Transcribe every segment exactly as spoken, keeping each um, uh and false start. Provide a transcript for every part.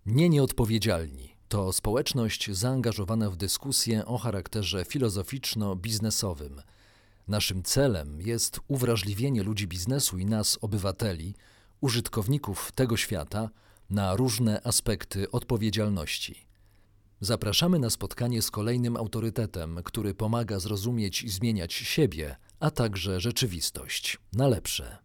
Nie nieodpowiedzialni to społeczność zaangażowana w dyskusję o charakterze filozoficzno-biznesowym. Naszym celem jest uwrażliwienie ludzi biznesu i nas, obywateli, użytkowników tego świata, na różne aspekty odpowiedzialności. Zapraszamy na spotkanie z kolejnym autorytetem, który pomaga zrozumieć i zmieniać siebie, a także rzeczywistość na lepsze.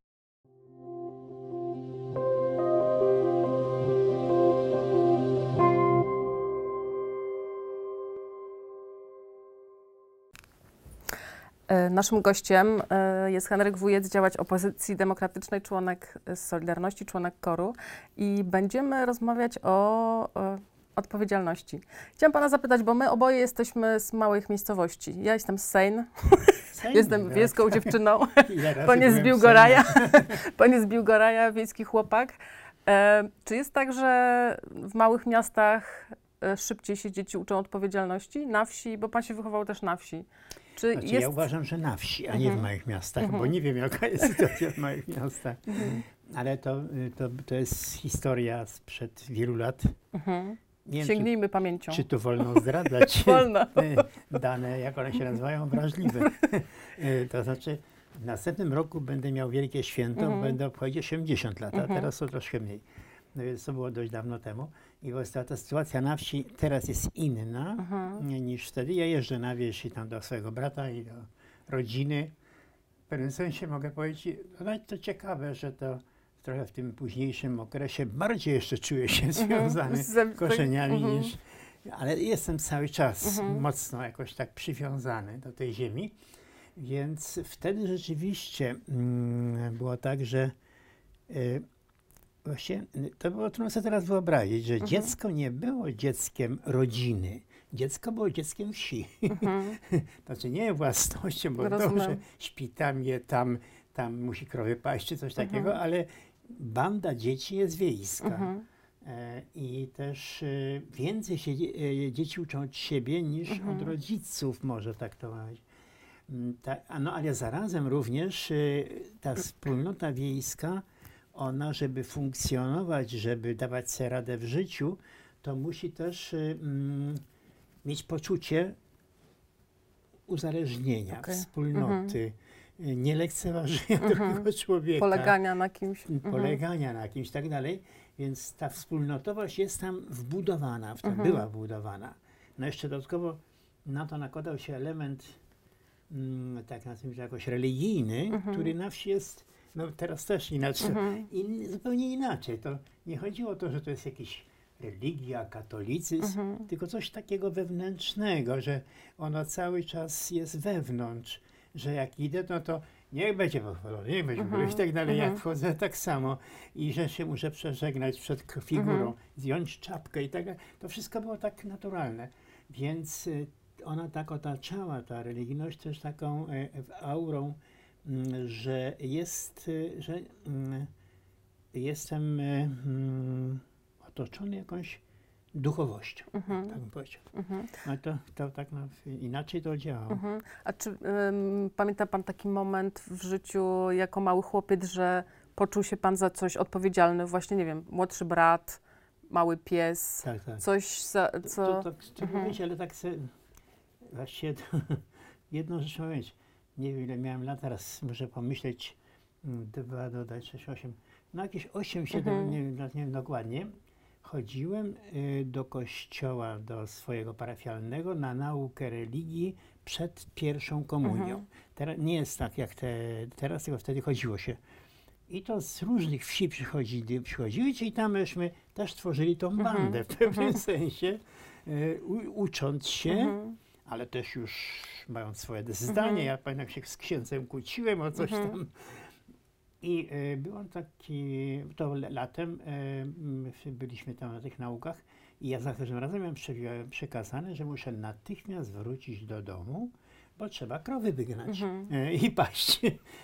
Naszym gościem jest Henryk Wujec, działacz opozycji demokratycznej, członek Solidarności, członek KOR-u i będziemy rozmawiać o odpowiedzialności. Chciałam pana zapytać, bo my oboje jesteśmy z małych miejscowości. Ja jestem z Sejn, jestem wiejską dziewczyną, pan jest z Biłgoraja, pan jest z Biłgoraja, wiejski chłopak. E, czy jest tak, że w małych miastach szybciej się dzieci uczą odpowiedzialności? Na wsi, bo pan się wychował też na wsi. Czy znaczy, jest... Ja uważam, że na wsi, a nie mhm. w małych miastach, mhm. bo nie wiem, jaka jest sytuacja w małych miastach. Mhm. Ale to, to, to jest historia sprzed wielu lat. Mhm. Nie wiem, Sięgnijmy czy, pamięcią. Czy to wolno zdradzać? Wolno. Dane, jak one się nazywają, wrażliwe. To znaczy, w następnym roku będę miał wielkie święto, mhm. będę obchodzić osiemdziesiąt lat, a mhm. teraz to troszkę mniej. No więc to było dość dawno temu. I ta, ta sytuacja na wsi teraz jest inna mhm. niż wtedy. Ja jeżdżę na wieś i tam do swojego brata i do rodziny. W pewnym sensie mogę powiedzieć, no nawet to ciekawe, że to trochę w tym późniejszym okresie bardziej jeszcze czuję się związany z korzeniami mhm. niż... Ale jestem cały czas mhm. mocno jakoś tak przywiązany do tej ziemi. Więc wtedy rzeczywiście mm, było tak, że y, właśnie to było trudno sobie teraz wyobrazić, że mhm. dziecko nie było dzieckiem rodziny. Dziecko było dzieckiem wsi. Mhm. Znaczy nie własnością, bo dobrze śpi tam, je tam, tam musi krowy paść czy coś mhm. takiego, ale banda dzieci jest wiejska. Mhm. E, I też e, więcej się e, dzieci uczą od siebie niż mhm. od rodziców, może tak to mówić. Ta, no ale zarazem również e, ta wspólnota wiejska, ona, żeby funkcjonować, żeby dawać sobie radę w życiu, to musi też e, m, mieć poczucie uzależnienia, okay. wspólnoty, mhm. nie lekceważenia mhm. drugiego człowieka. Polegania na kimś. Polegania mhm. na kimś, tak dalej. Więc ta wspólnotowość jest tam wbudowana, w to mhm. była wbudowana. No jeszcze dodatkowo na to nakładał się element, mm, tak nazwijmy to jakoś religijny, mhm. który na wsi jest, no teraz też inaczej, mhm. in, zupełnie inaczej. To nie chodziło o to, że to jest jakiś religia, katolicyzm, mhm. tylko coś takiego wewnętrznego, że ono cały czas jest wewnątrz, że jak idę, no to niech będzie pochwalony, niech będzie pochwalony i tak dalej. Jak wchodzę, tak samo. I że się muszę przeżegnać przed figurą, zdjąć czapkę i tak dalej. To wszystko było tak naturalne. Więc y, ona tak otaczała, ta religijność też taką y, aurą, y, że jest, y, że y, jestem y, y, otoczony jakąś duchowością, mhm. tak bym powiedział. Mhm. No to, to tak no, inaczej to działało. Mhm. A czy ym, pamięta pan taki moment w życiu jako mały chłopiec, że poczuł się pan za coś odpowiedzialny? Właśnie, nie wiem, młodszy brat, mały pies, tak, tak. coś za co... To, to, to mhm. mówić, ale tak se, właściwie to, jedną rzecz mam powiedzieć. Nie wiem, ile miałem lat, teraz muszę pomyśleć, dwa dodać, sześć, osiem, no jakieś osiem, siedem, mhm. nie, nie wiem dokładnie. Chodziłem y, do kościoła, do swojego parafialnego na naukę religii przed pierwszą komunią. Mhm. Teraz nie jest tak jak te, teraz, tylko wtedy chodziło się. I to z różnych wsi przychodzili, przychodziły, i tam myśmy też tworzyli tą bandę mhm. w pewnym mhm. sensie, y, u, ucząc się, mhm. ale też już mając swoje zdanie. Mhm. Ja pamiętam, jak się z księdzem kłóciłem o coś mhm. tam. I y, był on taki, to latem y, byliśmy tam na tych naukach i ja za każdym razem miałem przekazane, że muszę natychmiast wrócić do domu, bo trzeba krowy wygnać mhm. y, i paść.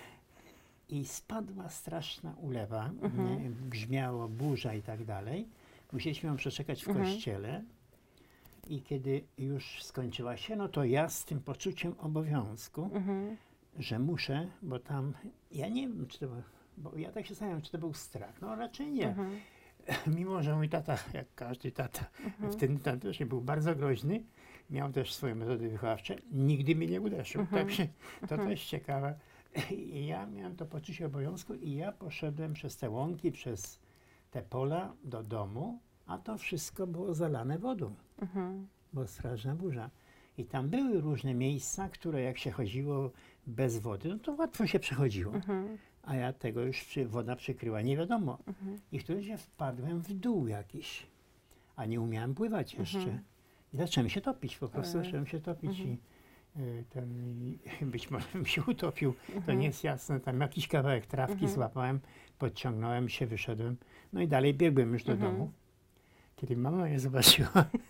I spadła straszna ulewa, mhm. y, brzmiało burza i tak dalej. Musieliśmy ją przeczekać w mhm. kościele i kiedy już skończyła się, no to ja z tym poczuciem obowiązku, mhm. że muszę, bo tam, ja nie wiem, czy to był, bo ja tak się zastanawiam, czy to był strach, no raczej nie. Mhm. mimo że mój tata, jak każdy tata, Mhm. w tym też był bardzo groźny, miał też swoje metody wychowawcze, nigdy mnie nie uderzył. Mhm. Także to Mhm. też ciekawe. I ja miałem to poczucie obowiązku i ja poszedłem przez te łąki, przez te pola do domu, a to wszystko było zalane wodą, Mhm. bo straszna burza. I tam były różne miejsca, które jak się chodziło bez wody, no to łatwo się przechodziło. Mhm. A ja tego już przy, woda przykryła, nie wiadomo. Mhm. I któryś się wpadłem w dół jakiś, a nie umiałem pływać jeszcze. Mhm. I zacząłem się topić, po prostu Ojej. zacząłem się topić Mhm. i y, ten, i być może bym się utopił, to Mhm. nie jest jasne. Tam jakiś kawałek trawki Mhm. złapałem, podciągnąłem się, wyszedłem, no i dalej biegłem już do Mhm. domu. Kiedy mama mnie zobaczyła,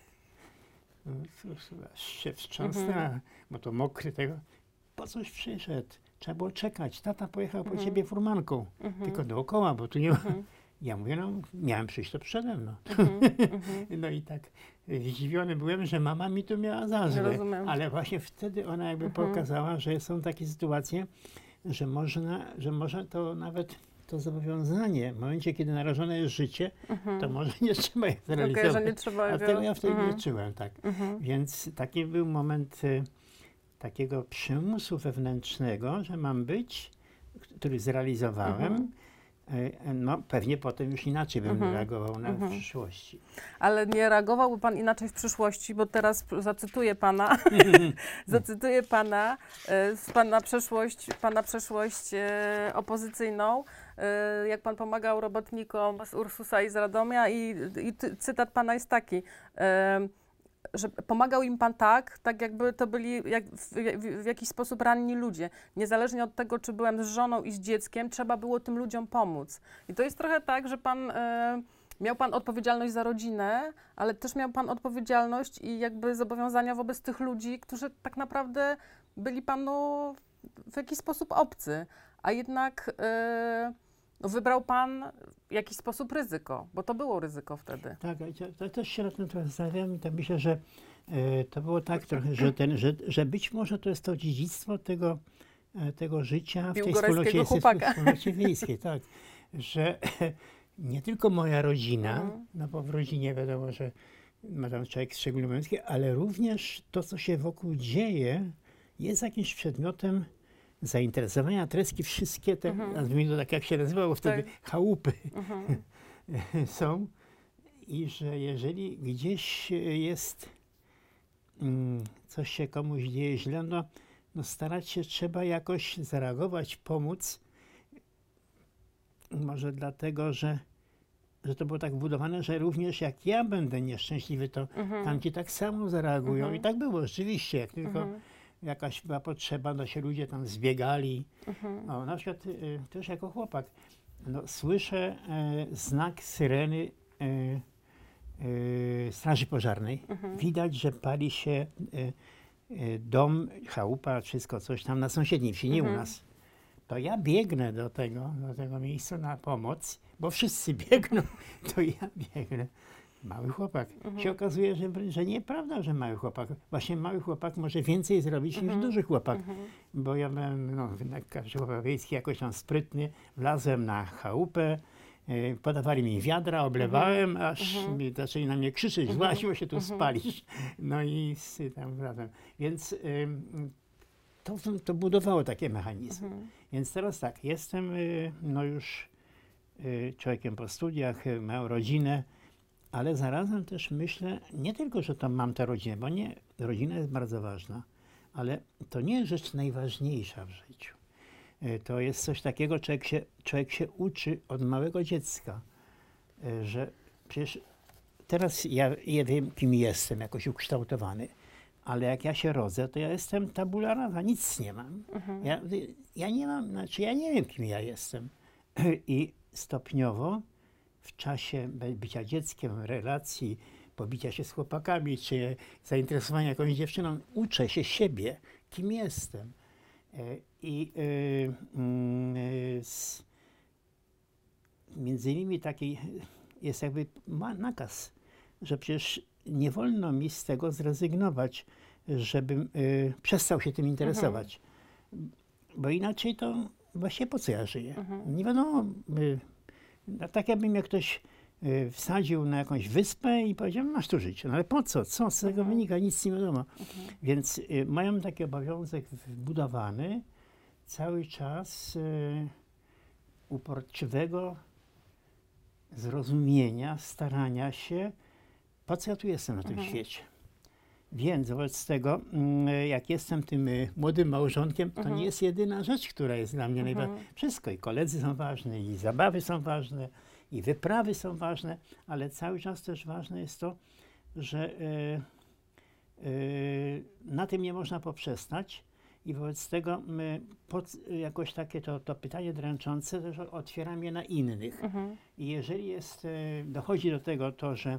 no, cóż, aż się wstrząsnęła, Mhm. bo to mokry tego, po coś przyszedł, trzeba było czekać, tata pojechał po Mhm. ciebie furmanką, Mhm. tylko dookoła, bo tu nie ma. Mhm. Ja mówię, no miałem przyjść, to przyszedłem, no. Mhm. Mhm. No i tak y, zdziwiony byłem, że mama mi tu miała za złe, Rozumiem. ale właśnie wtedy ona jakby Mhm. pokazała, że są takie sytuacje, że można, że może to nawet to zobowiązanie, w momencie, kiedy narażone jest życie, Mhm. to może nie trzeba je Okej, zrealizować. że nie trzeba A go... tego ja wtedy Mhm. nie czułem, tak. Mhm. Więc taki był moment y, takiego przymusu wewnętrznego, że mam być, który zrealizowałem. Mhm. Y, No pewnie potem już inaczej bym Mhm. reagował na Mhm. w przyszłości. Ale nie reagowałby pan inaczej w przyszłości, bo teraz p- zacytuję pana, zacytuję pana, e, z pana przeszłość, pana przeszłość e, opozycyjną, e, jak pan pomagał robotnikom z Ursusa i z Radomia i, i ty, cytat pana jest taki, e, że pomagał im pan tak, tak jakby to byli jak, w, w, w jakiś sposób ranni ludzie. Niezależnie od tego, czy byłem z żoną i z dzieckiem, trzeba było tym ludziom pomóc. I to jest trochę tak, że pan... E, Miał pan odpowiedzialność za rodzinę, ale też miał pan odpowiedzialność i jakby zobowiązania wobec tych ludzi, którzy tak naprawdę byli panu w jakiś sposób obcy, a jednak e, no, wybrał pan w jakiś sposób ryzyko, bo to było ryzyko wtedy. Tak, ale to, to też się nad tym trochę zastanawiam i tak myślę, że e, to było tak trochę, że, ten, że, że być może to jest to dziedzictwo tego, e, tego życia w tej Biłgorajskiego wspólnocie, chłopaka. w wspólnocie wiejskiej, tak, że nie tylko moja rodzina, Mhm. no bo w rodzinie wiadomo, że ma tam człowiek szczególny męski, ale również to, co się wokół dzieje, jest jakimś przedmiotem zainteresowania, treski, wszystkie te, Mhm. nazwijmy to tak jak się nazywało wtedy, Tak. chałupy Mhm. są i że jeżeli gdzieś jest mm, coś się komuś dzieje źle, no, no starać się trzeba jakoś zareagować, pomóc. Może dlatego, że, że to było tak wbudowane, że również jak ja będę nieszczęśliwy, to Mhm. tamci tak samo zareagują. Mhm. I tak było rzeczywiście, jak tylko Mhm. jakaś była potrzeba, no się ludzie tam zbiegali. Mhm. No, na przykład y, też jako chłopak, no, słyszę y, znak syreny y, y, straży pożarnej. Mhm. Widać, że pali się y, y, dom, chałupa, wszystko coś tam na sąsiedniej wsi, nie Mhm. u nas. To ja biegnę do tego, do tego miejsca na pomoc, bo wszyscy biegną, to ja biegnę. Mały chłopak. Mhm. Się okazuje, że, że nieprawda, że mały chłopak. Właśnie mały chłopak może więcej zrobić Mhm. niż duży chłopak. Mhm. Bo ja byłem, no, jak każdy chłopak wiejski, jakoś tam sprytny, wlazłem na chałupę, y, podawali mi wiadra, oblewałem, aż Mhm. mi zaczęli na mnie krzyczeć, Mhm. złaziło się tu Mhm. spalić. No i z, tam wlazłem. Więc ym, to, to budowało takie mechanizmy. Mhm. Więc teraz tak, jestem y, no już y, człowiekiem po studiach, y, mam rodzinę, ale zarazem też myślę, nie tylko, że to mam tę rodzinę, bo nie, rodzina jest bardzo ważna, ale to nie jest rzecz najważniejsza w życiu. Y, To jest coś takiego, człowiek się, człowiek się uczy od małego dziecka, y, że przecież teraz ja, ja wiem, kim jestem, jakoś ukształtowany, ale jak ja się rodzę, to ja jestem tabula rasa, nic nie mam. Mhm. Ja, ja nie mam, znaczy ja nie wiem, kim ja jestem. I stopniowo w czasie be- bycia dzieckiem, relacji, pobicia się z chłopakami, czy zainteresowania jakąś dziewczyną, uczę się siebie, kim jestem. E, I y, mm, y, s- między innymi taki jest jakby ma nakaz, że przecież nie wolno mi z tego zrezygnować, żebym y, przestał się tym interesować. Bo inaczej to właśnie po co ja żyję? Mhm. Nie wiadomo, y, no tak jakby mnie ktoś y, wsadził na jakąś wyspę i powiedział, masz tu żyć. No ale po co? Co z tego Mhm. wynika? Nic nie wiadomo. Mhm. Więc y, mają taki obowiązek wbudowany cały czas y, uporczywego zrozumienia, starania się, po co ja tu jestem na tym Mhm. świecie. Więc wobec tego, mm, jak jestem tym y, młodym małżonkiem, to Mhm. nie jest jedyna rzecz, która jest dla mnie Mhm. najważniejsza. Wszystko, i koledzy są ważne, i zabawy są ważne, i wyprawy są ważne, ale cały czas też ważne jest to, że y, y, na tym nie można poprzestać. I wobec tego my pod, jakoś takie to, to pytanie dręczące też otwieram je na innych. Mhm. I jeżeli jest, e, dochodzi do tego to, że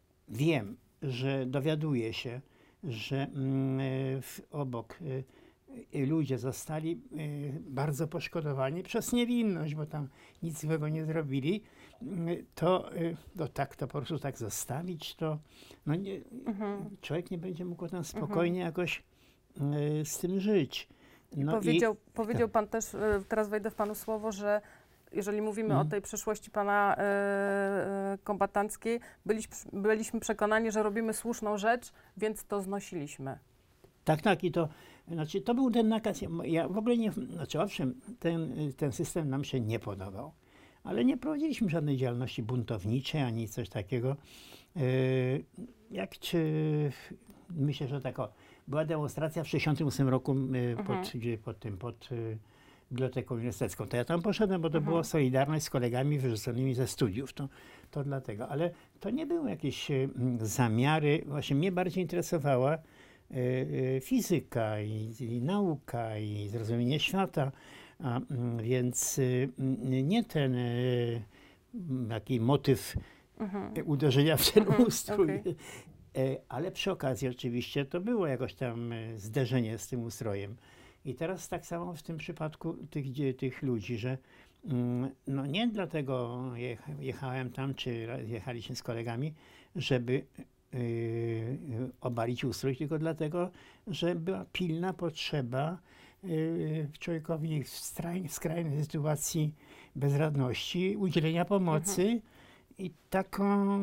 wiem, że dowiaduję się, że mm, e, w, obok e, e, ludzie zostali e, bardzo poszkodowani przez niewinność, bo tam nic złego nie zrobili, mm, to, e, to tak to po prostu tak zostawić, to no nie, Mhm. człowiek nie będzie mógł tam spokojnie jakoś e, z tym żyć. No powiedział, powiedział pan też, e, teraz wejdę w panu słowo, że jeżeli mówimy Mhm. o tej przeszłości pana e, e, kombatanckiej, byliśmy, byliśmy przekonani, że robimy słuszną rzecz, więc to znosiliśmy. Tak, tak, i to, znaczy, to był ten nakaz. Ja w ogóle nie, znaczy owszem, ten, ten system nam się nie podobał, ale nie prowadziliśmy żadnej działalności buntowniczej ani coś takiego. Yy, jak czy, myślę, że tak, o, była demonstracja w sześćdziesiątym ósmym roku yy, pod, Mhm. gdzie, pod tym, pod yy, Biblioteką Uniwersytecką. To ja tam poszedłem, bo to Mhm. była solidarność z kolegami wyrzuconymi ze studiów. To, to dlatego. Ale to nie były jakieś yy, zamiary. Właśnie mnie bardziej interesowała y, y, fizyka i, i nauka i zrozumienie świata. A, mm, więc y, mm, nie ten y, m, taki motyw Mhm. y, uderzenia w ten Mhm, ustrój. okej. E, Ale przy okazji oczywiście to było jakoś tam e, zderzenie z tym ustrojem. I teraz tak samo w tym przypadku tych, gdzie- tych ludzi, że mm, no nie dlatego jecha, jechałem tam, czy ra- jechaliśmy z kolegami, żeby y, y, obalić ustrój, tylko dlatego, że była pilna potrzeba y, człowiekowi w, straj, w skrajnej sytuacji bezradności udzielenia pomocy. I taką,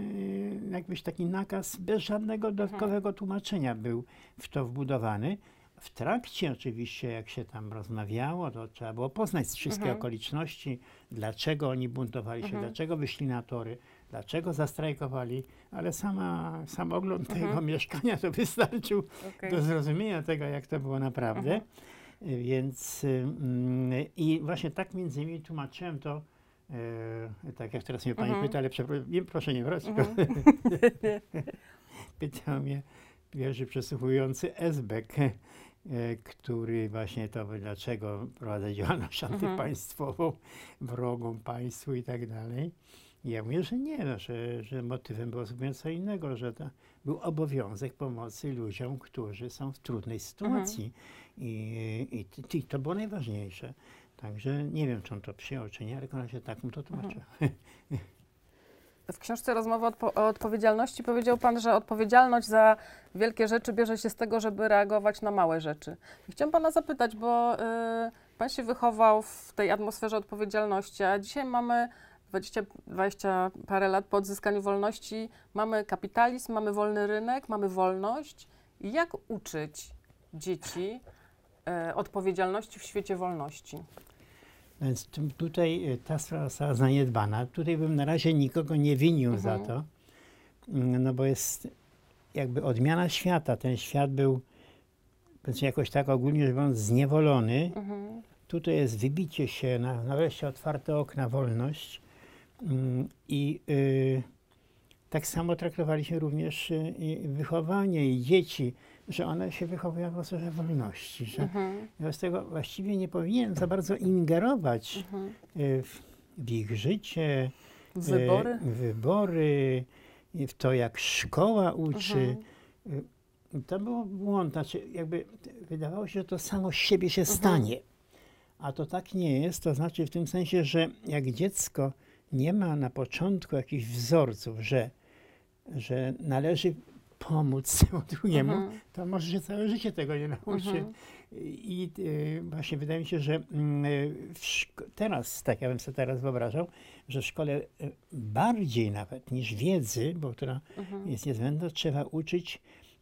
y, jakbyś taki nakaz bez żadnego dodatkowego tłumaczenia był w to wbudowany. W trakcie oczywiście, jak się tam rozmawiało, to trzeba było poznać wszystkie Mhm. okoliczności, dlaczego oni buntowali się, Mhm. dlaczego wyszli na tory, dlaczego zastrajkowali, ale sama, sam ogląd Mhm. tego mieszkania to wystarczył Okej. do zrozumienia tego, jak to było naprawdę. Mhm. Y, Więc y, mm, i właśnie tak między innymi tłumaczyłem to, e, tak jak teraz mnie pani Mhm. pyta, ale przepro- nie, proszę nie brać. Mhm. Pytał mnie pierwszy przesłuchujący Esbek, e, który właśnie to dlaczego prowadza działalność Mhm. antypaństwową, wrogą państwu i tak dalej. I ja mówię, że nie, no, że, że motywem było zupełnie co innego, że to był obowiązek pomocy ludziom, którzy są w trudnej sytuacji. I, i, t- i to było najważniejsze. Także nie wiem, czy on to przyjął, czy nie, ale na razie tak mu to tłumaczył. W książce Rozmowa odpo- o odpowiedzialności powiedział pan, że odpowiedzialność za wielkie rzeczy bierze się z tego, żeby reagować na małe rzeczy. I chciałam pana zapytać, bo y, pan się wychował w tej atmosferze odpowiedzialności, a dzisiaj mamy dwadzieścia, dwadzieścia parę lat po odzyskaniu wolności, mamy kapitalizm, mamy wolny rynek, mamy wolność. I jak uczyć dzieci y, odpowiedzialności w świecie wolności? Więc tu- tutaj y, ta sprawa została zaniedbana. Tutaj bym na razie nikogo nie winił Mhm. za to, mm, no bo jest jakby odmiana świata. Ten świat był powiedzmy, jakoś tak ogólnie rzecz biorąc zniewolony. Mhm. Tutaj jest wybicie się, na, nareszcie otwarte okna, wolność. Mm, I y, tak samo traktowaliśmy również y, i wychowanie i dzieci, że one się wychowują w atmosferze wolności, że Mhm. ja z tego właściwie nie powinienem za bardzo ingerować Mhm. y, w, w ich życie, Wybory? y, wybory, y, w to, jak szkoła uczy. Mhm. Y, To był błąd, znaczy jakby wydawało się, że to samo z siebie się Mhm. stanie. A to tak nie jest, to znaczy w tym sensie, że jak dziecko nie ma na początku jakichś wzorców, że, że należy pomóc temu drugiemu, Mhm. to może się całe życie tego nie nauczy. Mhm. I y, właśnie wydaje mi się, że mm, w szko- teraz, tak ja bym sobie teraz wyobrażał, że w szkole y, bardziej nawet niż wiedzy, bo która Mhm. jest niezbędna, trzeba uczyć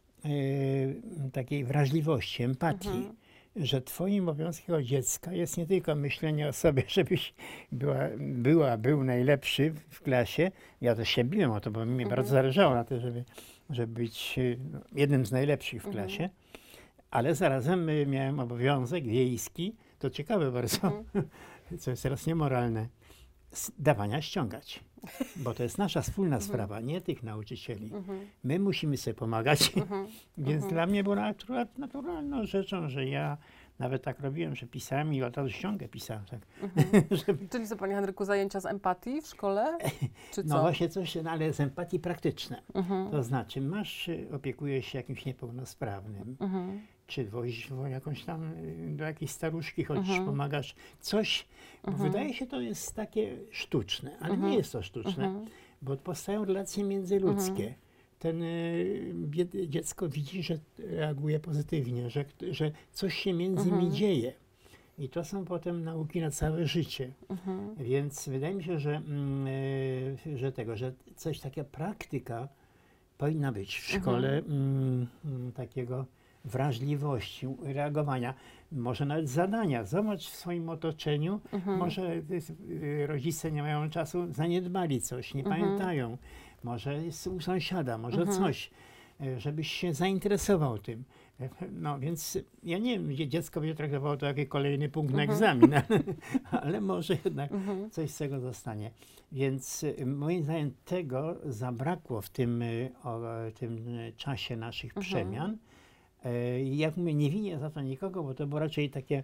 y, takiej wrażliwości, empatii. Mhm. Że twoim obowiązkiem jako dziecka jest nie tylko myślenie o sobie, żebyś była, była był najlepszy w, w klasie. Ja też się biłem o to, bo mi Mhm. bardzo zależało na to, żeby, żeby być y, no, jednym z najlepszych w Mhm. klasie. Ale zarazem y, miałem obowiązek wiejski, to ciekawe bardzo, Mhm. co jest teraz niemoralne, s- dawania ściągać. Bo to jest nasza wspólna sprawa, nie tych nauczycieli. Mhm. My musimy sobie pomagać. Mhm. Więc Mhm. dla mnie było natura- naturalną rzeczą, że ja nawet tak robiłem, że pisałem i od razu ściągę pisałem. Tak. Mhm. Żeby, Czyli co, panie Henryku, zajęcia z empatii w szkole? Czy co? no właśnie coś, no ale z empatii praktyczne. Mhm. To znaczy masz, y, opiekujesz się jakimś niepełnosprawnym, Mhm. czy wozisz wo- jakąś tam y, do jakiejś staruszki, chodzisz, Mhm. pomagasz. Coś, bo Mhm. wydaje się to jest takie sztuczne, ale Mhm. nie jest to sztuczne, Mhm. bo powstają relacje międzyludzkie. Ten y, bied- dziecko widzi, że reaguje pozytywnie, że, że coś się między Mhm. nimi dzieje. I to są potem nauki na całe życie. Mhm. Więc wydaje mi się, że, mm, y, że tego, że coś takiego praktyka powinna być w Mhm. szkole mm, mm, takiego wrażliwości, reagowania, może nawet zadania. Zobacz w swoim otoczeniu, Mhm. może y, y, rodzice nie mają czasu, zaniedbali coś, nie Mhm. pamiętają. Może jest u sąsiada, może Mhm. coś, y, żebyś się zainteresował tym. No więc ja nie wiem, gdzie dziecko będzie traktowało to jako kolejny punkt na Mhm. egzamin, ale może jednak Mhm. coś z tego zostanie. Więc y, moim zdaniem tego zabrakło w tym, y, o, tym y, czasie naszych Mhm. przemian. Y, Jak mówię, nie winię za to nikogo, bo to było raczej takie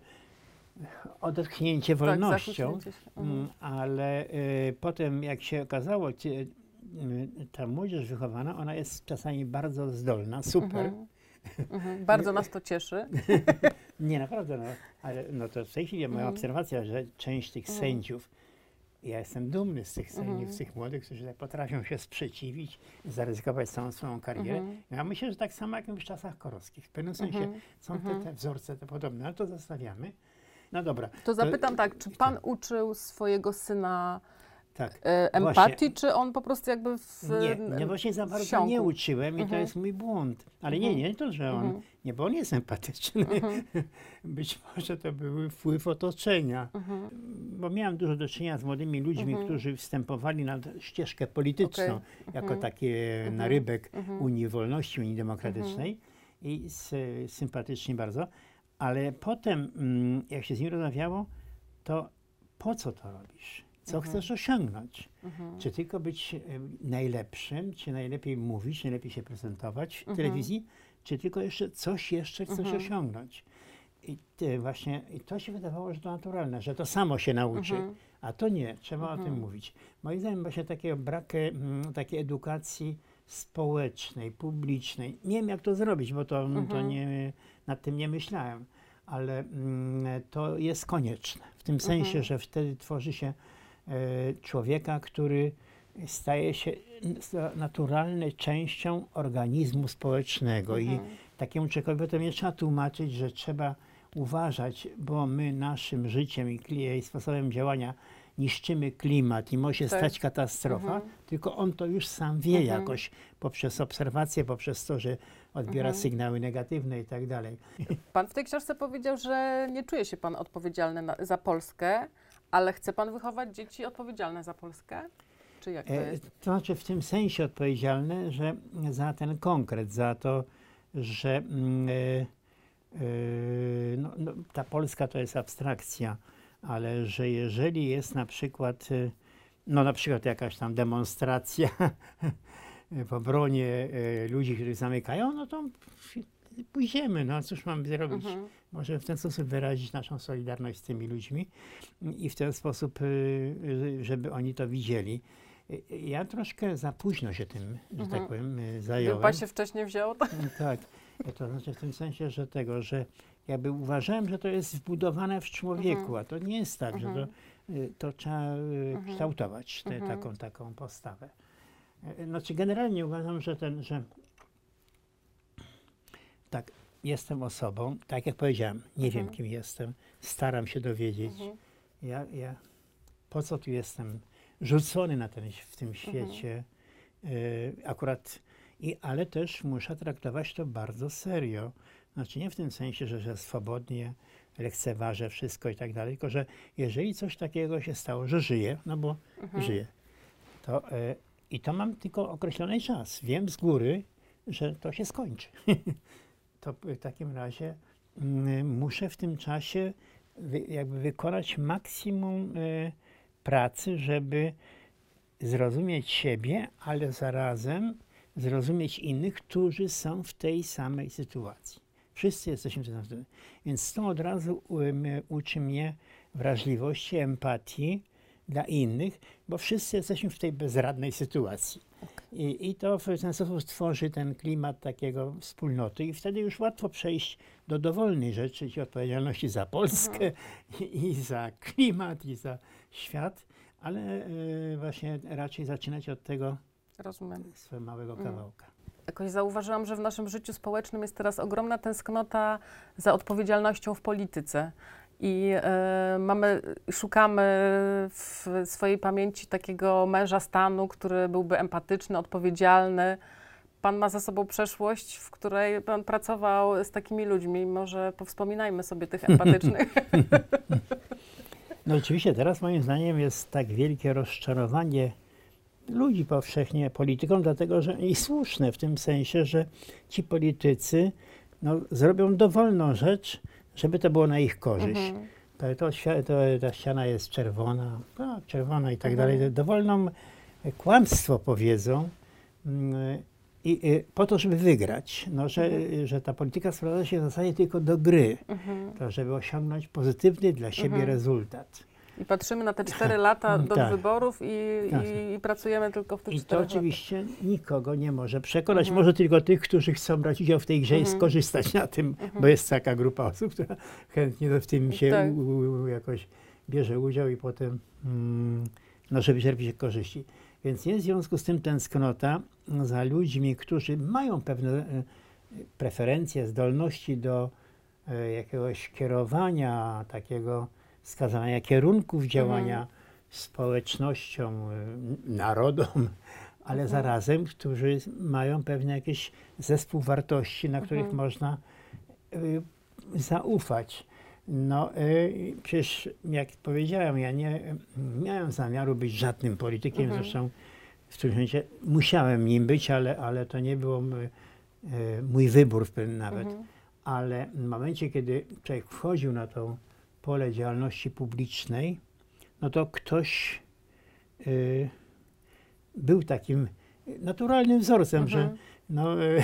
odetchnięcie wolnością. Tak, się. Mhm. Mm, ale y, potem jak się okazało, ci- y, ta młodzież wychowana, ona jest czasami bardzo zdolna, super. Mhm. Mhm. Bardzo nas to cieszy. Nie, naprawdę, no, ale no to w tej chwili moja Mhm. obserwacja, że część tych Mhm. sędziów, ja jestem dumny z tych sędziów, Mhm. z tych młodych, którzy tak potrafią się sprzeciwić, zaryzykować całą swoją karierę. Mhm. Ja myślę, że tak samo jak w czasach korowskich. W pewnym sensie Mhm. są Mhm. te, te wzorce te podobne, ale to zostawiamy. No dobra. To zapytam tak, czy pan uczył swojego syna Tak. e, empatii, Właśnie. czy on po prostu jakby w Nie, nie, właśnie za bardzo wsiąkł? nie uczyłem i to Mhm. jest mój błąd. Ale Mhm. nie, nie to, że on, Mhm. nie, bo on jest empatyczny. Mhm. Być może to był wpływ otoczenia. Mhm. Bo miałem dużo do czynienia z młodymi ludźmi, Mhm. którzy wstępowali na t- ścieżkę polityczną, Okej. jako Mhm. takie Mhm. narybek Mhm. Unii Wolności, Unii Demokratycznej i s, sympatycznie bardzo. Ale potem, mm, jak się z nim rozmawiało, to po co to robisz? Co Mhm. chcesz osiągnąć? Mhm. Czy tylko być em, najlepszym, czy najlepiej mówić, najlepiej się prezentować w Mhm. telewizji, czy tylko jeszcze coś jeszcze chcesz Mhm. osiągnąć? I ty właśnie i to się wydawało, że to naturalne, że to samo się nauczy, Mhm. a a to nie, trzeba o tym Mhm. mówić. Moim zdaniem właśnie takiego brak mm, takiej edukacji społecznej, publicznej. Nie wiem jak to zrobić, bo to, to Mhm. nie, nad tym nie myślałem, ale mm, to jest konieczne. W tym sensie, Mhm. że wtedy tworzy się e, człowieka, który staje się n- naturalną częścią organizmu społecznego i Mhm. takiemu człowiekowi to nie trzeba tłumaczyć, że trzeba uważać, bo my naszym życiem i, kli- i sposobem działania niszczymy klimat i może się Tak. stać katastrofa, Mhm. tylko on to już sam wie Mhm. jakoś poprzez obserwację, poprzez to, że odbiera Mhm. sygnały negatywne i tak dalej. Pan w tej książce powiedział, że nie czuje się pan odpowiedzialny na, za Polskę, ale chce pan wychować dzieci odpowiedzialne za Polskę? Czy jak to E, jest? To znaczy w tym sensie odpowiedzialne, że za ten konkret, za to, że mm, e, e, no, no, ta Polska to jest abstrakcja, ale że jeżeli jest na przykład, e, no na przykład jakaś tam demonstracja w obronie e, ludzi, których zamykają, no to pójdziemy, no cóż mamy zrobić? Mhm. Może w ten sposób wyrazić naszą solidarność z tymi ludźmi i w ten sposób, y, y, żeby oni to widzieli. Y, Ja troszkę za późno się tym, że Mhm. tak powiem, y, Gdyby zająłem. pan się wcześniej wziął, to... Tak, to znaczy w tym sensie, że tego, że jakby uważałem, że to jest wbudowane w człowieku, Mhm. a to nie jest tak, że Mhm. to, y, to trzeba y, Mhm. kształtować tę Mhm. taką, taką postawę. Y, Znaczy generalnie uważam, że ten, że tak, jestem osobą, tak jak powiedziałem, nie Mhm. wiem kim jestem, staram się dowiedzieć, Mhm. ja, ja, po co tu jestem rzucony na ten, w tym świecie, y, akurat, i, ale też muszę traktować to bardzo serio. Znaczy nie w tym sensie, że, że swobodnie lekceważę wszystko i tak dalej, tylko że jeżeli coś takiego się stało, że żyję, no bo Mhm. żyję, to y, i to mam tylko określony czas. Wiem z góry, że to się skończy. To w takim razie y, muszę w tym czasie wy, jakby wykonać maksimum y, pracy, żeby zrozumieć siebie, ale zarazem zrozumieć innych, którzy są w tej samej sytuacji. Wszyscy jesteśmy w tej samej sytuacji. Więc to od razu um, uczy mnie wrażliwości, empatii dla innych, bo wszyscy jesteśmy w tej bezradnej sytuacji. I, I to w ten sposób tworzy ten klimat takiego wspólnoty i wtedy już łatwo przejść do dowolnej rzeczy, czyli odpowiedzialności za Polskę i, i za klimat, i za świat, ale y, właśnie raczej zaczynać od tego Rozumiem. swojego małego Mm. kawałka. Jakoś zauważyłam, że w naszym życiu społecznym jest teraz ogromna tęsknota za odpowiedzialnością w polityce. I e, mamy, szukamy w swojej pamięci takiego męża stanu, który byłby empatyczny, odpowiedzialny. Pan ma za sobą przeszłość, w której pan pracował z takimi ludźmi. Może powspominajmy sobie tych empatycznych. No oczywiście teraz moim zdaniem jest tak wielkie rozczarowanie ludzi powszechnie polityką, dlatego że i słuszne w tym sensie, że ci politycy no, zrobią dowolną rzecz, żeby to było na ich korzyść. Mhm. To, to, świ- to, ta ściana jest czerwona, tak, czerwona i tak Mhm. dalej. Dowolną e, kłamstwo powiedzą mm, i y, po to, żeby wygrać. No, że, Mhm. że ta polityka sprowadza się w zasadzie tylko do gry, Mhm. to żeby osiągnąć pozytywny dla siebie Mhm. rezultat. I patrzymy na te cztery lata do Tak. wyborów i, Tak. i, i pracujemy tylko w tych I to czterech oczywiście nikogo nie może przekonać. Mhm. Może tylko tych, którzy chcą brać udział w tej grze Mhm. i skorzystać na tym, Mhm. bo jest taka grupa osób, która chętnie w tym się Tak. u, u, jakoś bierze udział i potem mm, no, żeby czerpieć korzyści. Więc jest w związku z tym tęsknota za ludźmi, którzy mają pewne e, preferencje, zdolności do e, jakiegoś kierowania, takiego wskazania kierunków działania Mhm. społecznością, e, narodom, ale Mhm. zarazem, którzy mają pewne jakieś zespół wartości, na których Mhm. można y, zaufać. No y, przecież jak powiedziałem, ja nie miałem zamiaru być żadnym politykiem, Mhm. zresztą w którymś momencie musiałem nim być, ale, ale to nie był mój, y, mój wybór w pewnym nawet. Mhm. Ale w momencie, kiedy człowiek wchodził na to pole działalności publicznej, no to ktoś y, był takim naturalnym wzorcem, Mhm. że no, y,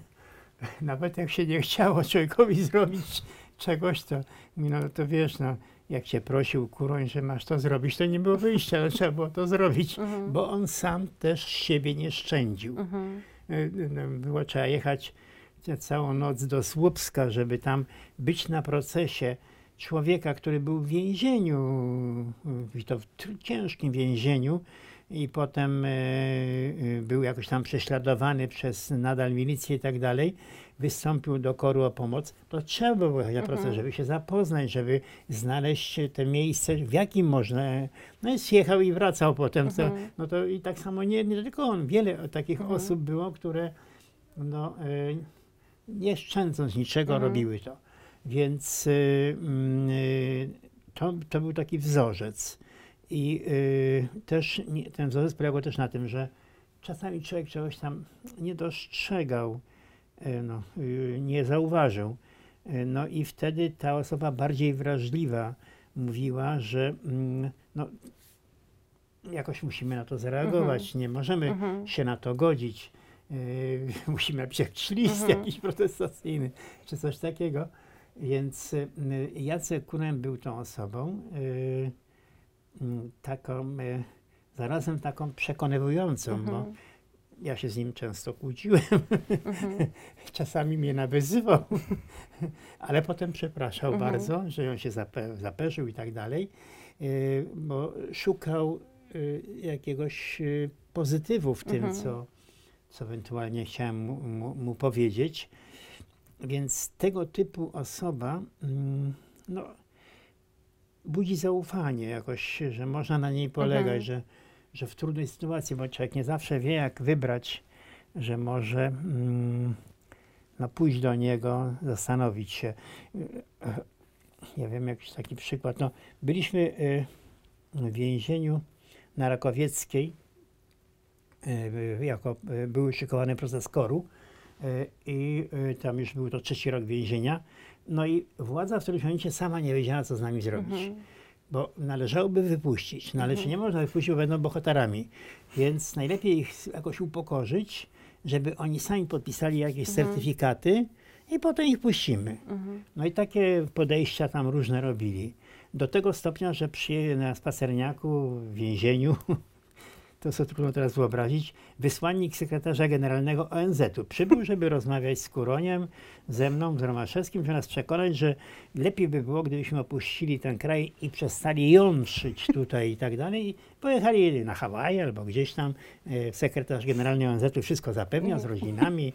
nawet jak się nie chciało człowiekowi zrobić czegoś, to, no, to wiesz, no, jak cię prosił Kuroń, że masz to zrobić, to nie było wyjścia, ale trzeba było to zrobić, Mhm. bo on sam też siebie nie szczędził. Mhm. Y, no, było trzeba jechać całą noc do Słupska, żeby tam być na procesie człowieka, który był w więzieniu, i to w tr- ciężkim więzieniu, i potem e, e, był jakoś tam prześladowany przez nadal milicję i tak dalej, wystąpił do koru o pomoc, to trzeba było jechać na Mhm. proces, żeby się zapoznać, żeby znaleźć te miejsce, w jakim można. No i zjechał i wracał potem. To, Mhm. no to i tak samo nie, nie tylko on, wiele takich Mhm. osób było, które no, e, nie szczędząc niczego Mhm. robiły to. Więc y, mm, y, to, to był taki wzorzec. I y, też nie, ten wzorzec polegał też na tym, że czasami człowiek czegoś tam nie dostrzegał, y, no, y, nie zauważył. Y, no i wtedy ta osoba bardziej wrażliwa mówiła, że mm, no, jakoś musimy na to zareagować, Mhm. nie możemy Mhm. się na to godzić. Y, musimy napisać list Mhm. jakiś protestacyjny, czy coś takiego. Więc y, Jacek Kuroń był tą osobą, y, y, taką, y, zarazem taką przekonywującą, bo Mhm. ja się z nim często kłóciłem, Mhm. czasami mnie nawyzywał, ale potem przepraszał Mhm. bardzo, że on się zape- zaperzył i tak dalej, y, bo szukał y, jakiegoś y, pozytywu w tym, Mhm. co, co ewentualnie chciałem mu, mu, mu powiedzieć. Więc tego typu osoba mm, no, budzi zaufanie jakoś, że można na niej polegać, Mhm. że, że w trudnej sytuacji, bo człowiek nie zawsze wie, jak wybrać, że może mm, no, pójść do niego, zastanowić się. Ja wiem, jakiś taki przykład. No, byliśmy y, w więzieniu na Rakowieckiej, y, jako y, były szykowany proces koru y, i y, tam już był to trzeci rok więzienia. No i władza w którymś momencie sama nie wiedziała, co z nami zrobić. Mhm. Bo należałoby wypuścić, no ale Mhm. czy nie można wypuścić, bo będą bohaterami. Więc najlepiej ich jakoś upokorzyć, żeby oni sami podpisali jakieś Mhm. certyfikaty i potem ich puścimy. Mhm. No i takie podejścia tam różne robili. Do tego stopnia, że przyjęli na spacerniaku w więzieniu, to co trudno teraz wyobrazić, wysłannik sekretarza generalnego O N Z u przybył, żeby rozmawiać z Kuroniem, ze mną, z Romaszewskim, żeby nas przekonać, że lepiej by było, gdybyśmy opuścili ten kraj i przestali jątrzyć tutaj i tak dalej. I pojechali na Hawaje albo gdzieś tam. E, sekretarz generalny O N Z u wszystko zapewniał z rodzinami,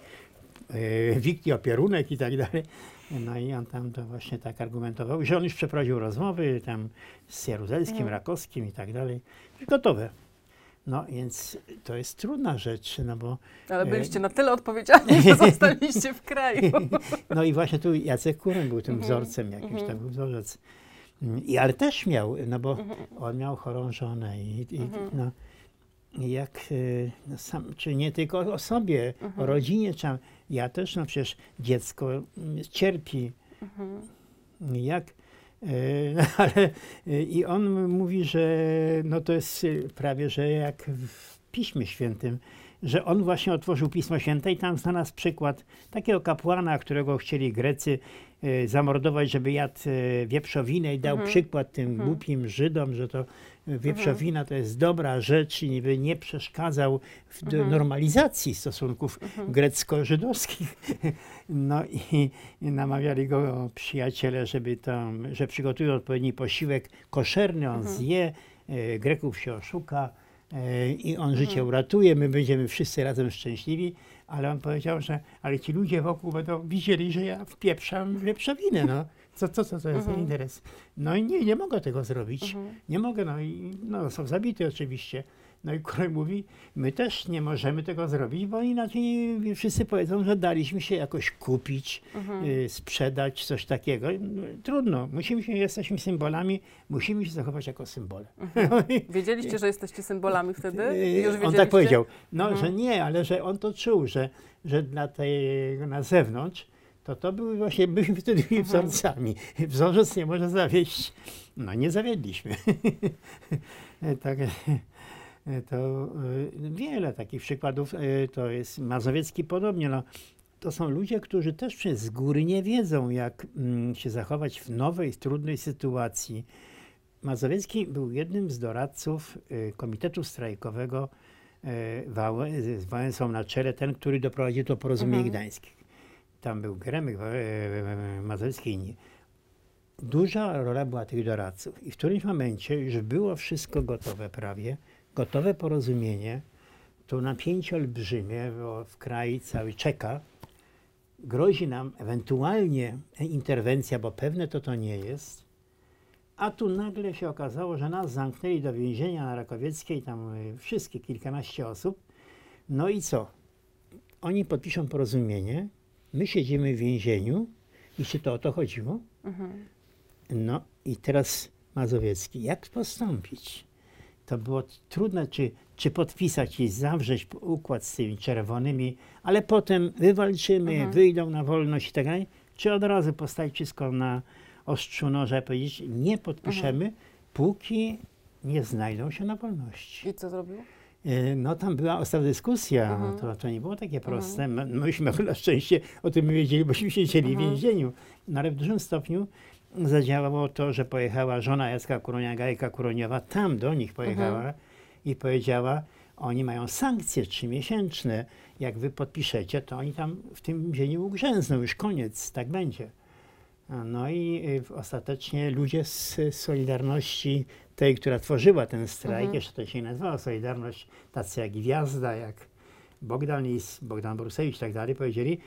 e, wikti opierunek i tak dalej. No i on tam to właśnie tak argumentował, że on już przeprowadził rozmowy tam z Jaruzelskim, Mhm. Rakowskim i tak dalej. Gotowe. No więc to jest trudna rzecz, no bo... Ale e, byliście na tyle odpowiedzialni, że zostaliście w kraju. No i właśnie tu Jacek Kuroń był tym Mhm, wzorcem, jakimś mhm. tam był wzorzec. Mm, I, ale też miał, no bo Mhm. on miał chorą żonę i, i Mhm. no, i jak, y, no sam, czy nie tylko o sobie, Mhm. o rodzinie, czy, ja też, no przecież dziecko mm, cierpi, Mhm. jak, y, no, ale y, i on mówi, że no to jest y, prawie, że jak w Piśmie Świętym, że on właśnie otworzył Pismo Święte i tam znalazł przykład takiego kapłana, którego chcieli Grecy y, zamordować, żeby jadł y, wieprzowinę i dał Mhm. przykład tym Mhm. głupim Żydom, że to y, wieprzowina to jest dobra rzecz i niby nie przeszkadzał w d- Mhm. normalizacji stosunków Mhm. grecko-żydowskich. No i, i namawiali go przyjaciele, żeby tam, że przygotują odpowiedni posiłek koszerny, on Mhm. zje, y, Greków się oszuka, e, i on Mhm. życie uratuje, my będziemy wszyscy razem szczęśliwi, ale on powiedział, że ale ci ludzie wokół będą widzieli, że ja wpieprzam wieprzowinę, no. Co, co, co to jest za Mhm. interes? No i nie, nie mogę tego zrobić. Mhm. Nie mogę, no i no, są zabity oczywiście. No i Kuroń mówi, my też nie możemy tego zrobić, bo inaczej wszyscy powiedzą, że daliśmy się jakoś kupić, Mhm. y, sprzedać, coś takiego. No, trudno, musimy się, jesteśmy symbolami, musimy się zachować jako symbole. Wiedzieliście, że jesteście symbolami wtedy? Yy, Już on wiedzieliście? tak powiedział, no, Mhm. że nie, ale że on to czuł, że, że dla tego na zewnątrz, to to były właśnie, byliśmy wtedy Mhm. wzorcami. Wzorzec nie może zawieść. No nie zawiedliśmy. tak, to y, wiele takich przykładów, y, to jest Mazowiecki podobnie, no. To są ludzie, którzy też przecież z góry nie wiedzą, jak mm, się zachować w nowej, trudnej sytuacji. Mazowiecki był jednym z doradców y, Komitetu Strajkowego y, Wałę, z Wałęsą na czele, ten, który doprowadził do porozumień Mhm. gdańskich. Tam był Geremek, y, Mazowiecki i inni. Duża rola była tych doradców i w którymś momencie już było wszystko gotowe prawie, gotowe porozumienie, to napięcie olbrzymie, bo w kraju cały czeka, grozi nam ewentualnie interwencja, bo pewne to to nie jest. A tu nagle się okazało, że nas zamknęli do więzienia na Rakowieckiej, tam y, wszystkie kilkanaście osób. No i co? Oni podpiszą porozumienie, my siedzimy w więzieniu, jeśli to o to chodziło. Mhm. No i teraz Mazowiecki, jak postąpić? To było trudne, czy, czy podpisać i zawrzeć układ z tymi czerwonymi, ale potem wywalczymy, Mhm. wyjdą na wolność i tak dalej, czy od razu postawić wszystko na ostrzu noża i powiedzieć, nie podpiszemy, Mhm. póki nie znajdą się na wolności. I co zrobił? E, No tam była ostra dyskusja, Mhm. to, to nie było takie proste. My- Myśmy na szczęście o tym wiedzieli, bośmy siedzieli w Mhm. więzieniu. No ale w dużym stopniu zadziałało to, że pojechała żona Jacka Kuronia, Gajka Kuroniowa, tam do nich pojechała Mhm. i powiedziała, oni mają sankcje trzymiesięczne, jak wy podpiszecie, to oni tam w tym więzieniu ugrzęzną, już koniec, tak będzie. A No i y, ostatecznie ludzie z Solidarności, tej, która tworzyła ten strajk, Mhm. jeszcze to się nie nazywała Solidarność, tacy jak Gwiazda, jak Bogdan Lis, Bogdan Borusewicz i tak dalej, powiedzieli,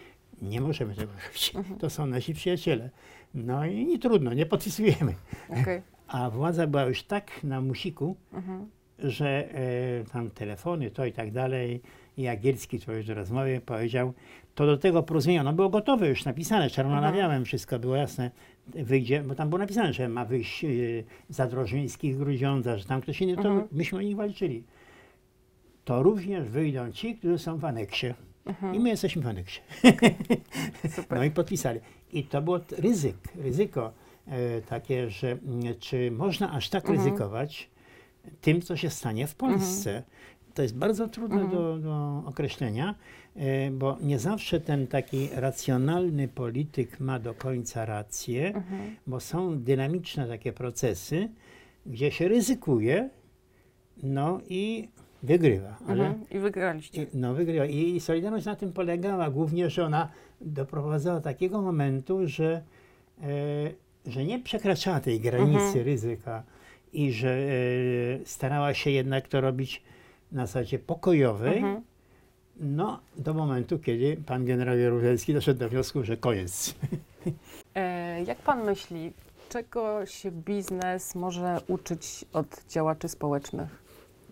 nie możemy tego robić. Mhm. To są nasi przyjaciele. No i nie trudno, nie podpisujemy. Okay. A władza była już tak na musiku, Mhm. że e, tam telefony, to i tak dalej. I Jagielski, co już do rozmowy, powiedział, to do tego porozumienia, ono było gotowe już, napisane, czarno na białym, wszystko było jasne, wyjdzie, bo tam było napisane, że ma wyjść y, Zadrożyński, Grudziądza, że tam ktoś inny, to Mhm. myśmy o nich walczyli. To również wyjdą ci, którzy są w aneksie. Mhm. I my jesteśmy w aneksie. Super. No i podpisali. I to było t- ryzyk, ryzyko e, takie, że m, czy można aż tak Mhm. ryzykować tym, co się stanie w Polsce. To jest bardzo trudne Mhm. do, do określenia, e, bo nie zawsze ten taki racjonalny polityk ma do końca rację, Mhm. bo są dynamiczne takie procesy, gdzie się ryzykuje, no i wygrywa. Ale, Mhm. I wygraliście. i- no wygrywa. I Solidarność na tym polegała głównie, że ona doprowadzała do takiego momentu, że, e, że nie przekraczała tej granicy Mhm. ryzyka i że e, starała się jednak to robić na zasadzie pokojowej, Mhm. no do momentu, kiedy pan generał Jaruzelski doszedł do wniosku, że koniec. E, jak pan myśli, czego się biznes może uczyć od działaczy społecznych?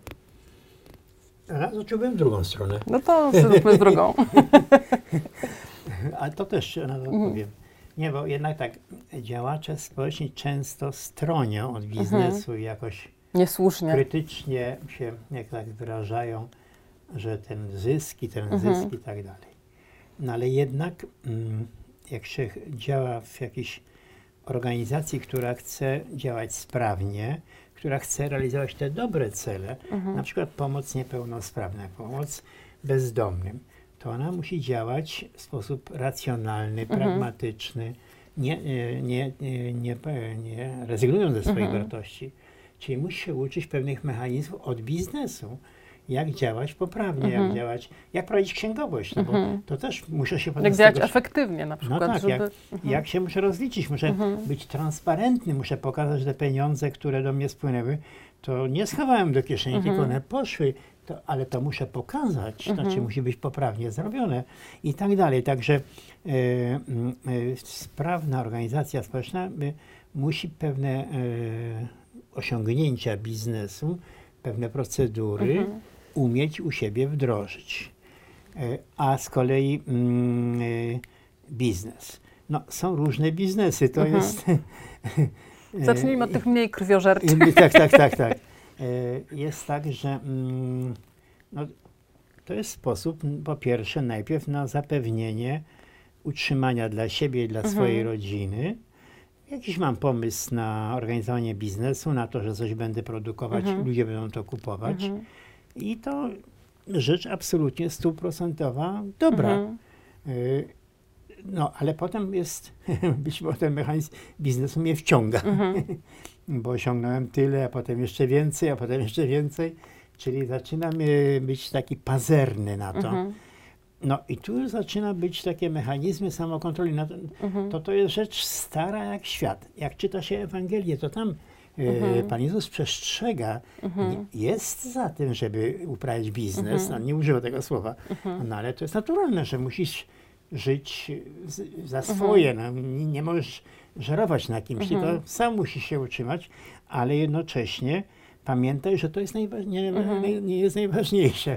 A zacząłbym drugą stronę, No to zróbmy z drugą. a to też na to odpowiem. Nie, bo jednak tak, działacze społeczni często stronią od biznesu i jakoś Niesłusznie. krytycznie się, jak tak wyrażają, że ten zysk i ten Mhm. zysk i tak dalej. No ale jednak, mm, jak się działa w jakiejś organizacji, która chce działać sprawnie, która chce realizować te dobre cele, Mhm. na przykład pomoc niepełnosprawnym, pomoc bezdomnym, to ona musi działać w sposób racjonalny, Mhm. pragmatyczny, nie, nie, nie, nie, nie, nie rezygnując ze swoich Mhm. wartości. Czyli musi się uczyć pewnych mechanizmów od biznesu, jak działać poprawnie, Mhm. jak działać, jak prowadzić księgowość, no bo Mhm. to też muszę się potem Jak z działać tego- efektywnie na przykład, tak, żeby... jak- Mhm. jak się muszę rozliczyć, muszę Mhm. być transparentny, muszę pokazać, że te pieniądze, które do mnie spłynęły, to nie schowałem do kieszeni, Mhm. tylko one poszły, to, ale to muszę pokazać, Mhm. znaczy musi być poprawnie zrobione i tak dalej. Także e, m, e, sprawna organizacja społeczna e, musi pewne e, osiągnięcia biznesu, pewne procedury Mhm. umieć u siebie wdrożyć. E, A z kolei mm, e, biznes. No, są różne biznesy, to Mhm. jest... Zacznijmy od tych mniej krwiożerczych. E, Tak, tak, tak, tak. E, Jest tak, że mm, no, to jest sposób, m, po pierwsze, najpierw na zapewnienie utrzymania dla siebie i dla Mhm. swojej rodziny. Jakiś mam pomysł na organizowanie biznesu, na to, że coś będę produkować, Mhm. ludzie będą to kupować. Mhm. I to rzecz absolutnie stuprocentowa dobra. Mhm. Y, No, ale potem jest, być może ten mechanizm biznesu mnie wciąga, Mhm. bo osiągnąłem tyle, a potem jeszcze więcej, a potem jeszcze więcej, czyli zaczynam y, być taki pazerny na to. Mhm. No i tu zaczyna być takie mechanizmy samokontroli. No to, Mhm. to to jest rzecz stara jak świat. Jak czyta się Ewangelię, to tam y, Mhm. Pan Jezus przestrzega, Mhm. nie- jest za tym, żeby uprawiać biznes, Mhm. on nie używa tego słowa, Mhm. no ale to jest naturalne, że musisz żyć z, za swoje, no, nie, nie możesz żerować na kimś, Mhm. tylko sam musisz się utrzymać, ale jednocześnie pamiętaj, że to jest najwa- nie, Mhm. nie, nie jest najważniejsze.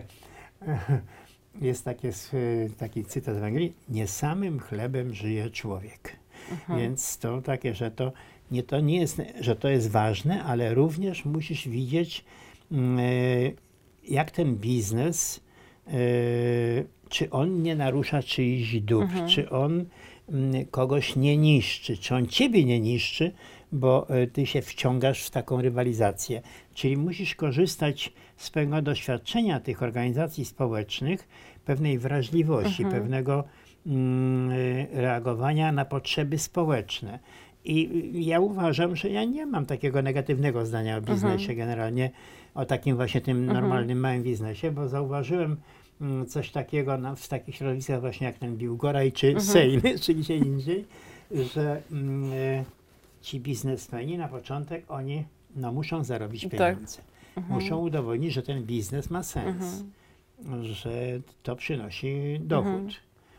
Jest takie, s- taki cytat z Ewangelii, nie samym chlebem żyje człowiek. Mhm. Więc to takie, że to nie, to nie jest, że to jest ważne, ale również musisz widzieć, mm, e, jak ten biznes, e, czy on nie narusza czyichś dóbr, Mhm. czy on mm, kogoś nie niszczy, czy on ciebie nie niszczy, bo e, ty się wciągasz w taką rywalizację. Czyli musisz korzystać z pewnego doświadczenia tych organizacji społecznych, pewnej wrażliwości, Mhm. pewnego mm, e, reagowania na potrzeby społeczne. I ja uważam, że ja nie mam takiego negatywnego zdania o biznesie Mhm. generalnie, o takim właśnie tym Mhm. normalnym małym biznesie, bo zauważyłem mm, coś takiego na, w takich środowiskach właśnie jak ten Biłgoraj czy Mhm. Sejm, czy gdzie indziej, że mm, e, ci biznesmeni na początek oni no, muszą zarobić Tak. pieniądze. Mhm. Muszą udowodnić, że ten biznes ma sens, Mhm. że to przynosi dochód. Mhm.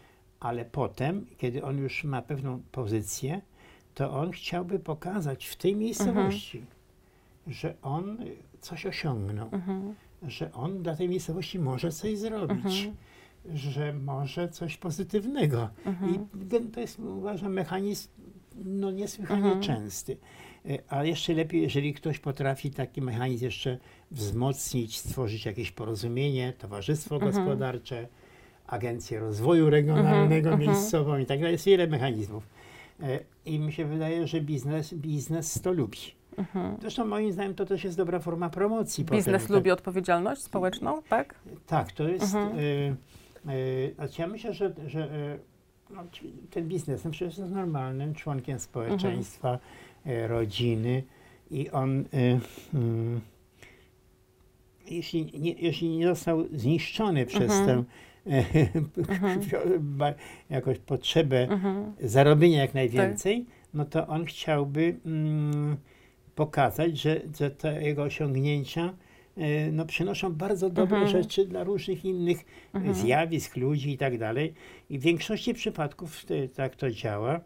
ale potem, kiedy on już ma pewną pozycję, to on chciałby pokazać w tej miejscowości, mhm. że on coś osiągnął, mhm. że on dla tej miejscowości może coś zrobić, mhm. że może coś pozytywnego. Mhm. I to jest, uważam, mechanizm no, niesłychanie mhm. częsty. A jeszcze lepiej, jeżeli ktoś potrafi taki mechanizm jeszcze wzmocnić, stworzyć jakieś porozumienie, towarzystwo mhm. gospodarcze, agencję rozwoju regionalnego, mhm. miejscową i tak dalej. Jest wiele mechanizmów. I mi się wydaje, że biznes, biznes to lubi. Mhm. Zresztą moim zdaniem to też jest dobra forma promocji. Biznes potem, lubi tak, odpowiedzialność społeczną, tak? Tak, to jest... Mhm. Y, y, znaczy ja myślę, że, że y, no, ten biznes no, przecież jest normalnym członkiem społeczeństwa, mhm. y, rodziny i on... Y, y, jeśli, nie, jeśli nie został zniszczony przez mhm. tę mhm. jakąś potrzebę mhm. zarobienia jak najwięcej, tak. no to on chciałby mm, pokazać, że, że te jego osiągnięcia y, no, przynoszą bardzo dobre mhm. rzeczy dla różnych innych mhm. zjawisk, ludzi i tak dalej. I w większości przypadków y, tak to działa.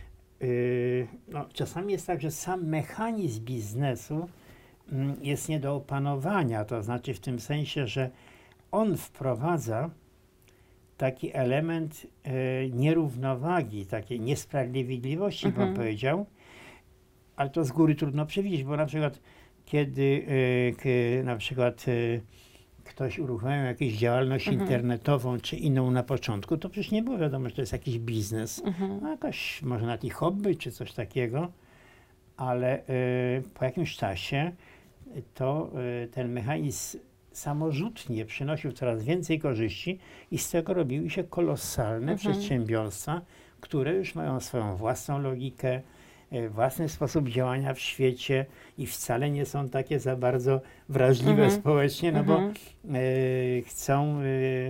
Y, no, czasami jest tak, że sam mechanizm biznesu y, jest nie do opanowania, to znaczy w tym sensie, że on wprowadza taki element e, nierównowagi, takiej niesprawiedliwości, mhm. bym powiedział, ale to z góry trudno przewidzieć, bo na przykład kiedy e, k, na przykład e, ktoś uruchomił jakąś działalność mhm. internetową czy inną na początku, to przecież nie było wiadomo, że to jest jakiś biznes, mhm. no jakaś może nawet i hobby czy coś takiego, ale e, po jakimś czasie to e, ten mechanizm samorzutnie przynosił coraz więcej korzyści i z tego robiły się kolosalne mhm. przedsiębiorstwa, które już mają swoją własną logikę, e, własny sposób działania w świecie i wcale nie są takie za bardzo wrażliwe mhm. społecznie, no mhm. bo e, chcą e,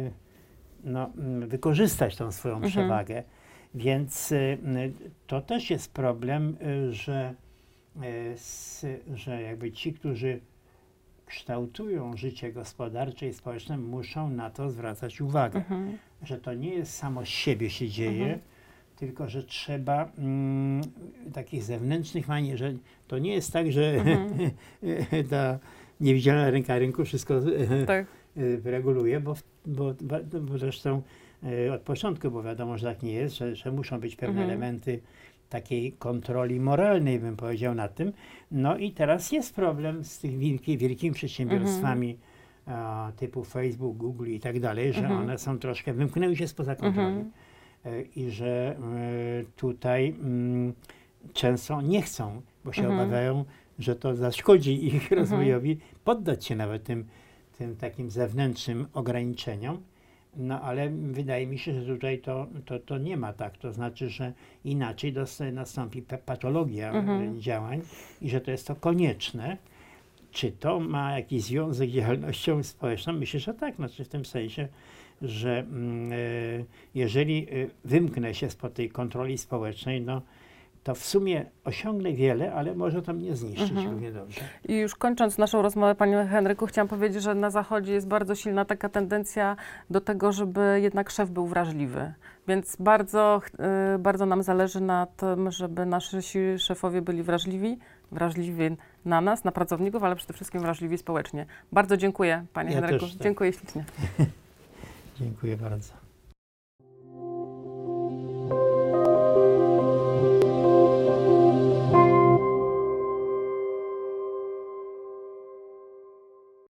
no, wykorzystać tą swoją mhm. przewagę. Więc e, to też jest problem, e, że, e, s, że jakby ci, którzy kształtują życie gospodarcze i społeczne, muszą na to zwracać uwagę, mhm. że to nie jest samo z siebie się dzieje, mhm. tylko że trzeba mm, takich zewnętrznych manier, że to nie jest tak, że mhm. ta niewidzialna ręka rynku wszystko tak. wyreguluje, bo, bo, bo zresztą od początku, bo wiadomo, że tak nie jest, że, że muszą być pewne mhm. elementy takiej kontroli moralnej, bym powiedział, na tym. No i teraz jest problem z tych wielki, wielkimi przedsiębiorstwami mhm. a, typu Facebook, Google i tak dalej, że mhm. one są troszkę, wymknęły się spoza kontroli mhm. e, i że e, tutaj m, często nie chcą, bo się mhm. obawiają, że to zaszkodzi ich mhm. rozwojowi, poddać się nawet tym, tym takim zewnętrznym ograniczeniom. No ale wydaje mi się, że tutaj to, to, to nie ma tak, to znaczy, że inaczej nastąpi patologia mhm. działań i że to jest to konieczne. Czy to ma jakiś związek z działalnością społeczną? Myślę, że tak, znaczy w tym sensie, że mm, jeżeli wymknę się spod tej kontroli społecznej, no to w sumie osiągnę wiele, ale może to mnie zniszczyć mhm. równie dobrze. I już kończąc naszą rozmowę, panie Henryku, chciałam powiedzieć, że na Zachodzie jest bardzo silna taka tendencja do tego, żeby jednak szef był wrażliwy. Więc bardzo, y, bardzo nam zależy na tym, żeby nasi szefowie byli wrażliwi, wrażliwi na nas, na pracowników, ale przede wszystkim wrażliwi społecznie. Bardzo dziękuję, panie ja Henryku. Też, tak. Dziękuję ślicznie. Dziękuję bardzo.